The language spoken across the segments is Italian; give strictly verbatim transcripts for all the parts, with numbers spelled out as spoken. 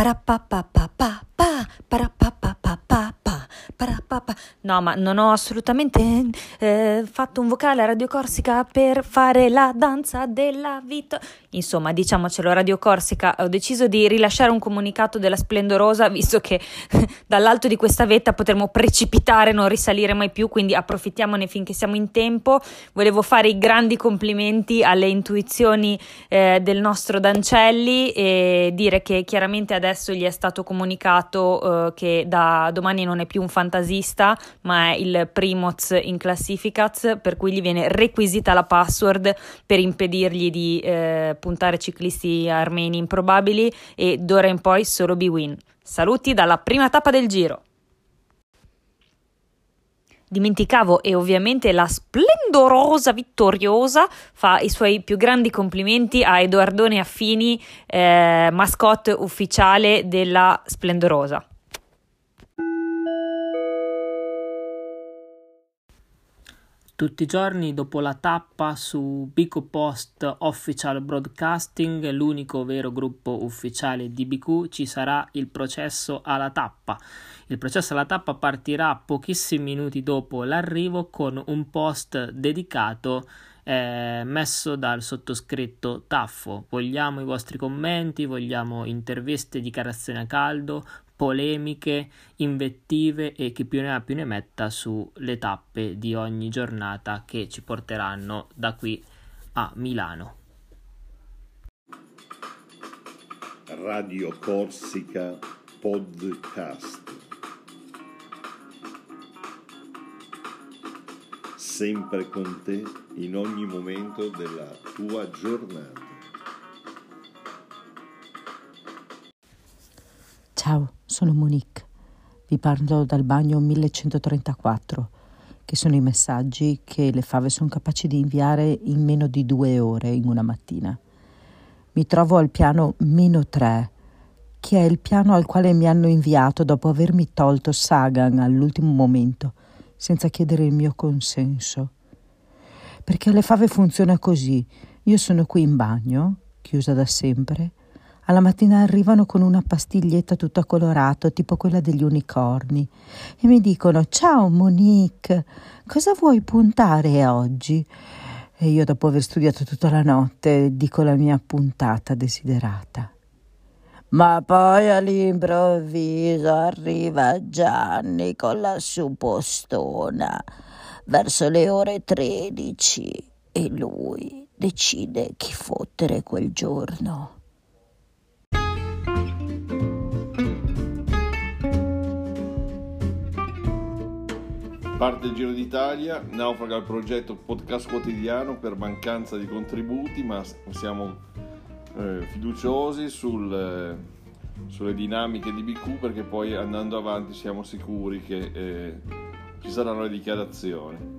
parapapapapapa, parapapapapapa, parapapa. No, ma non ho assolutamente eh, fatto un vocale a Radio Corsica per fare la danza della vita. Insomma, diciamocelo, Radio Corsica, ho deciso di rilasciare un comunicato della Splendorosa, visto che dall'alto di questa vetta potremo precipitare, non risalire mai più, quindi approfittiamone finché siamo in tempo. Volevo fare i grandi complimenti alle intuizioni eh, del nostro Dancelli e dire che chiaramente adesso gli è stato comunicato eh, che da domani non è più un fantasista, ma è il Primoz in Classificats, per cui gli viene requisita la password per impedirgli di eh, puntare ciclisti armeni improbabili, e d'ora in poi solo B-Win. Saluti dalla prima tappa del Giro. Dimenticavo, e ovviamente la Splendorosa vittoriosa fa i suoi più grandi complimenti a Edoardone Affini, eh, mascotte ufficiale della Splendorosa. Tutti i giorni dopo la tappa su Bico Post Official Broadcasting, l'unico vero gruppo ufficiale di B Q, ci sarà il processo alla tappa. Il processo alla tappa partirà pochissimi minuti dopo l'arrivo con un post dedicato eh, messo dal sottoscritto Taffo. Vogliamo i vostri commenti, vogliamo interviste, dichiarazioni a caldo, polemiche, invettive e chi più ne ha più ne metta sulle tappe di ogni giornata che ci porteranno da qui a Milano. Radio Corsica Podcast. Sempre con te in ogni momento della tua giornata. Ciao, sono Monique, vi parlo dal bagno millecentotrentaquattro, che sono i messaggi che le fave sono capaci di inviare in meno di due ore in una mattina. Mi trovo al piano meno tre, che è il piano al quale mi hanno inviato dopo avermi tolto Sagan all'ultimo momento, senza chiedere il mio consenso. Perché alle fave funziona così: io sono qui in bagno, chiusa da sempre. Alla mattina arrivano con una pastiglietta tutta colorata, tipo quella degli unicorni, e mi dicono: ciao Monique, cosa vuoi puntare oggi? E io, dopo aver studiato tutta la notte, dico la mia puntata desiderata. Ma poi all'improvviso arriva Gianni con la suppostona verso le ore tredici e lui decide chi fottere quel giorno. Parte il Giro d'Italia, naufraga il progetto Podcast Quotidiano per mancanza di contributi, ma siamo eh, fiduciosi sul, eh, sulle dinamiche di B Q, perché poi andando avanti siamo sicuri che eh, ci saranno le dichiarazioni.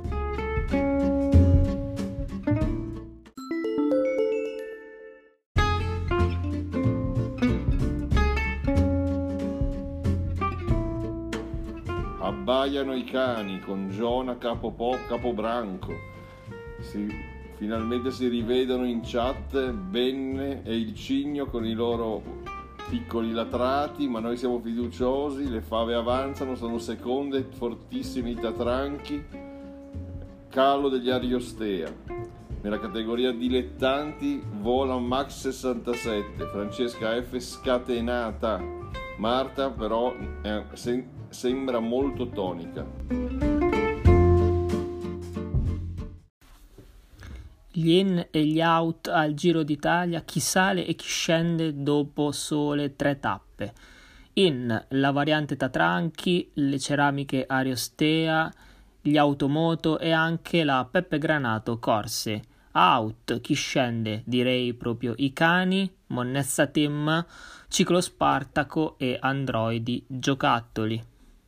Abbaiano i cani con Giona Capopò Capobranco. Si, finalmente si rivedono in chat Benne e il Cigno con i loro piccoli latrati, ma noi siamo fiduciosi, le fave avanzano, sono seconde, fortissimi i Tatranchi, calo degli Ariostea. Nella categoria dilettanti vola Max sessantasette, Francesca F scatenata, Marta però è sen- sembra molto tonica. Gli in e gli out al Giro d'Italia, chi sale e chi scende dopo sole tre tappe. In la variante Tatranchi, le ceramiche Ariostea, gli automoto e anche la Peppe Granato Corse. Out, chi scende, direi proprio i cani, Monnezza Team, Ciclo Spartaco e Androidi Giocattoli.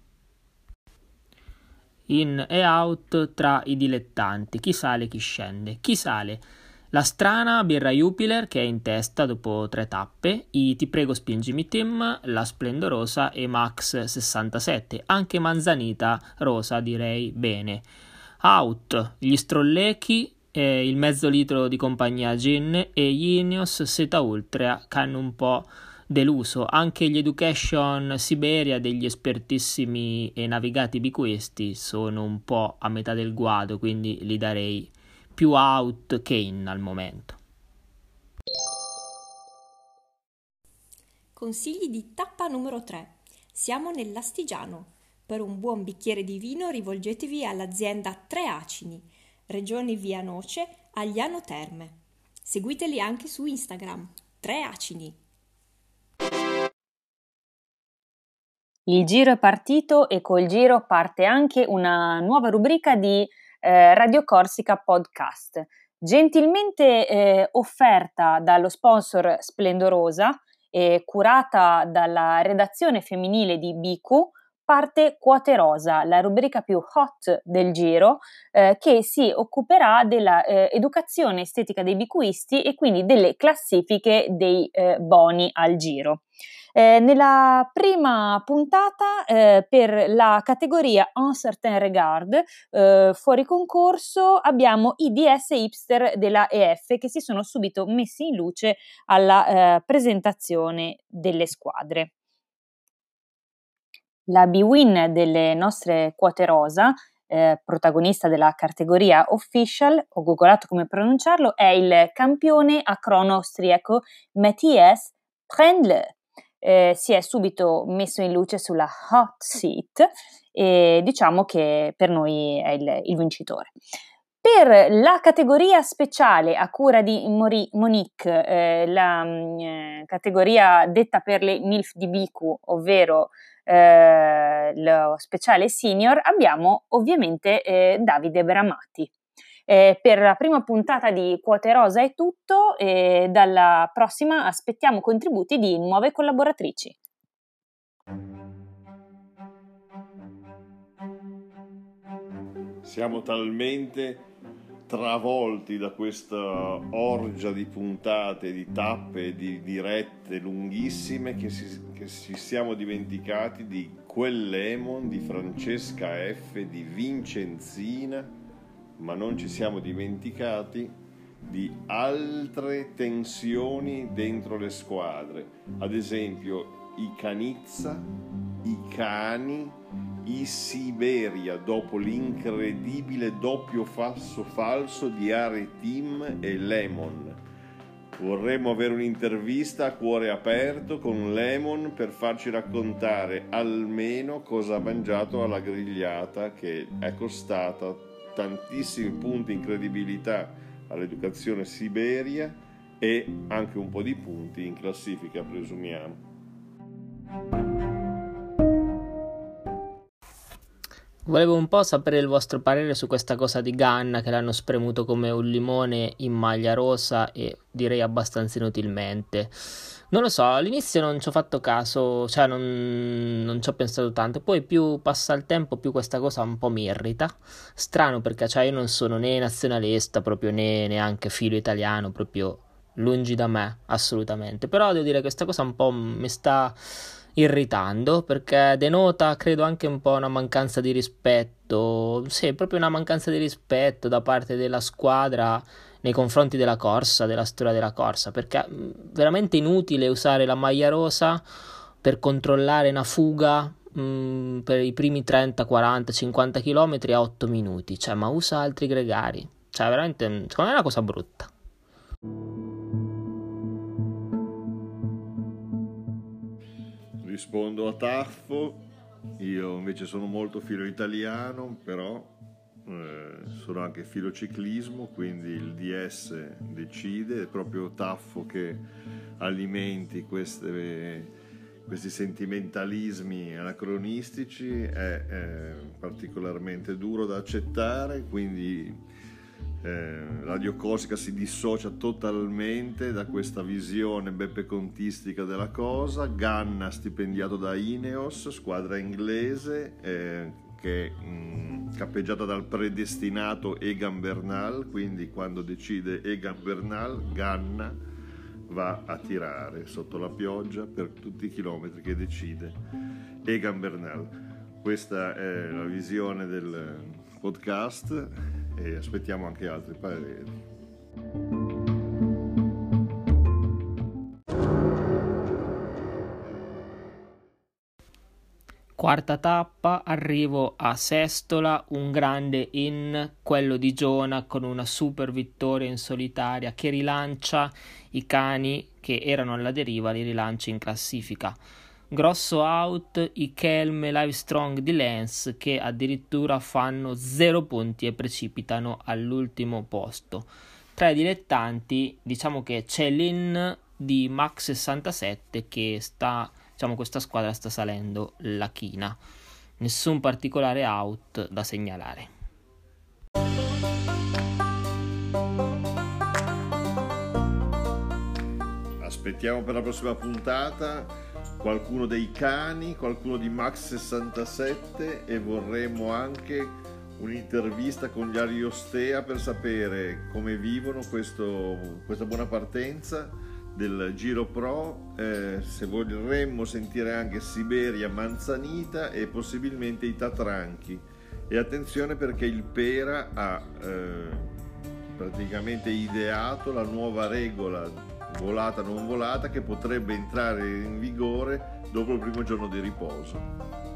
In e out tra i dilettanti, chi sale e chi scende. Chi sale? La strana Birra Jupiler, che è in testa dopo tre tappe, i Ti prego spingimi team, la Splendorosa e Max sessantasette, anche Manzanita Rosa direi bene. Out, gli Strollechi, eh, il mezzo litro di compagnia Gin e gli Ineos Seta Ultra, che hanno un po' deluso. Anche gli Education Siberia degli espertissimi e navigati biquisti sono un po' a metà del guado, quindi li darei più out che in al momento. Consigli di tappa numero tre. Siamo nell'Astigiano. Per un buon bicchiere di vino rivolgetevi all'azienda Tre Acini, Regione Via Noce, Agliano Terme. Seguiteli anche su Instagram, Tre Acini. Il giro è partito e col giro parte anche una nuova rubrica di eh, Radio Corsica Podcast, gentilmente eh, offerta dallo sponsor Splendorosa e curata dalla redazione femminile di B Q. Parte Quote Rosa, la rubrica più hot del giro, eh, che si occuperà della eh, educazione estetica dei bicuisti e quindi delle classifiche dei eh, boni al giro. Eh, nella prima puntata, eh, per la categoria Un certain regard, eh, fuori concorso, abbiamo i D S hipster della E F che si sono subito messi in luce alla eh, presentazione delle squadre. La B-Win delle nostre quote rosa, eh, protagonista della categoria official, ho googolato come pronunciarlo, è il campione a crono austriaco Matthias Prendle. Eh, si è subito messo in luce sulla hot seat e diciamo che per noi è il, il vincitore. Per la categoria speciale a cura di Mori- Monique, eh, la eh, categoria detta per le MILF di B Q, ovvero eh, lo speciale senior, abbiamo ovviamente eh, Davide Bramati. Eh, per la prima puntata di Quote Rosa è tutto, e dalla prossima aspettiamo contributi di nuove collaboratrici. Siamo talmente travolti da questa orgia di puntate, di tappe, di dirette lunghissime che, si, che ci siamo dimenticati di quel Lemon, di Francesca F, di Vincenzina, ma non ci siamo dimenticati di altre tensioni dentro le squadre, ad esempio i Canizza, i Cani, i Siberia dopo l'incredibile doppio falso falso di Are-Team e Lemon. Vorremmo avere un'intervista a cuore aperto con Lemon per farci raccontare almeno cosa ha mangiato alla grigliata, che è costata tantissimi punti in credibilità all'educazione Siberia e anche un po' di punti in classifica, presumiamo. Volevo un po' sapere il vostro parere su questa cosa di Ganna, che l'hanno spremuto come un limone in maglia rosa e direi abbastanza inutilmente. Non lo so, all'inizio non ci ho fatto caso, cioè non, non ci ho pensato tanto, poi più passa il tempo più questa cosa un po' mi irrita. Strano, perché cioè io non sono né nazionalista proprio né neanche filo italiano, proprio lungi da me assolutamente, però devo dire che questa cosa un po' mi sta irritando, perché denota credo anche un po' una mancanza di rispetto, sì, proprio una mancanza di rispetto da parte della squadra nei confronti della corsa, della storia della corsa, perché è veramente inutile usare la maglia rosa per controllare una fuga mh, per i primi trenta, quaranta, cinquanta chilometri a otto minuti, cioè ma usa altri gregari, cioè veramente secondo me è una cosa brutta. Rispondo a Taffo, io invece sono molto filo italiano, però eh, sono anche filo ciclismo, quindi il D S decide, è proprio Taffo che alimenti queste, questi sentimentalismi anacronistici, è, è particolarmente duro da accettare, quindi Eh, Radio Corsica si dissocia totalmente da questa visione beppecontistica della cosa. Ganna stipendiato da Ineos, squadra inglese eh, che è mh, cappeggiata dal predestinato Egan Bernal, quindi quando decide Egan Bernal, Ganna va a tirare sotto la pioggia per tutti i chilometri che decide Egan Bernal. Questa è la visione del podcast e aspettiamo anche altri pareri. Quarta tappa, arrivo a Sestola, un grande in, quello di Giona, con una super vittoria in solitaria che rilancia i cani che erano alla deriva, li rilancia in classifica. Grosso out i Kelm e Livestrong di Lens, che addirittura fanno zero punti e precipitano all'ultimo posto. Tra i dilettanti diciamo che c'è l'in di Max sessantasette che sta, diciamo questa squadra sta salendo la china. Nessun particolare out da segnalare. Aspettiamo per la prossima puntata qualcuno dei cani, qualcuno di Max sessantasette e vorremmo anche un'intervista con gli Ariostea per sapere come vivono questo, questa buona partenza del Giro Pro, eh, se vorremmo sentire anche Siberia, Manzanita e possibilmente i Tatranchi. E attenzione perché il Pera ha eh, praticamente ideato la nuova regola volata non volata che potrebbe entrare in vigore dopo il primo giorno di riposo.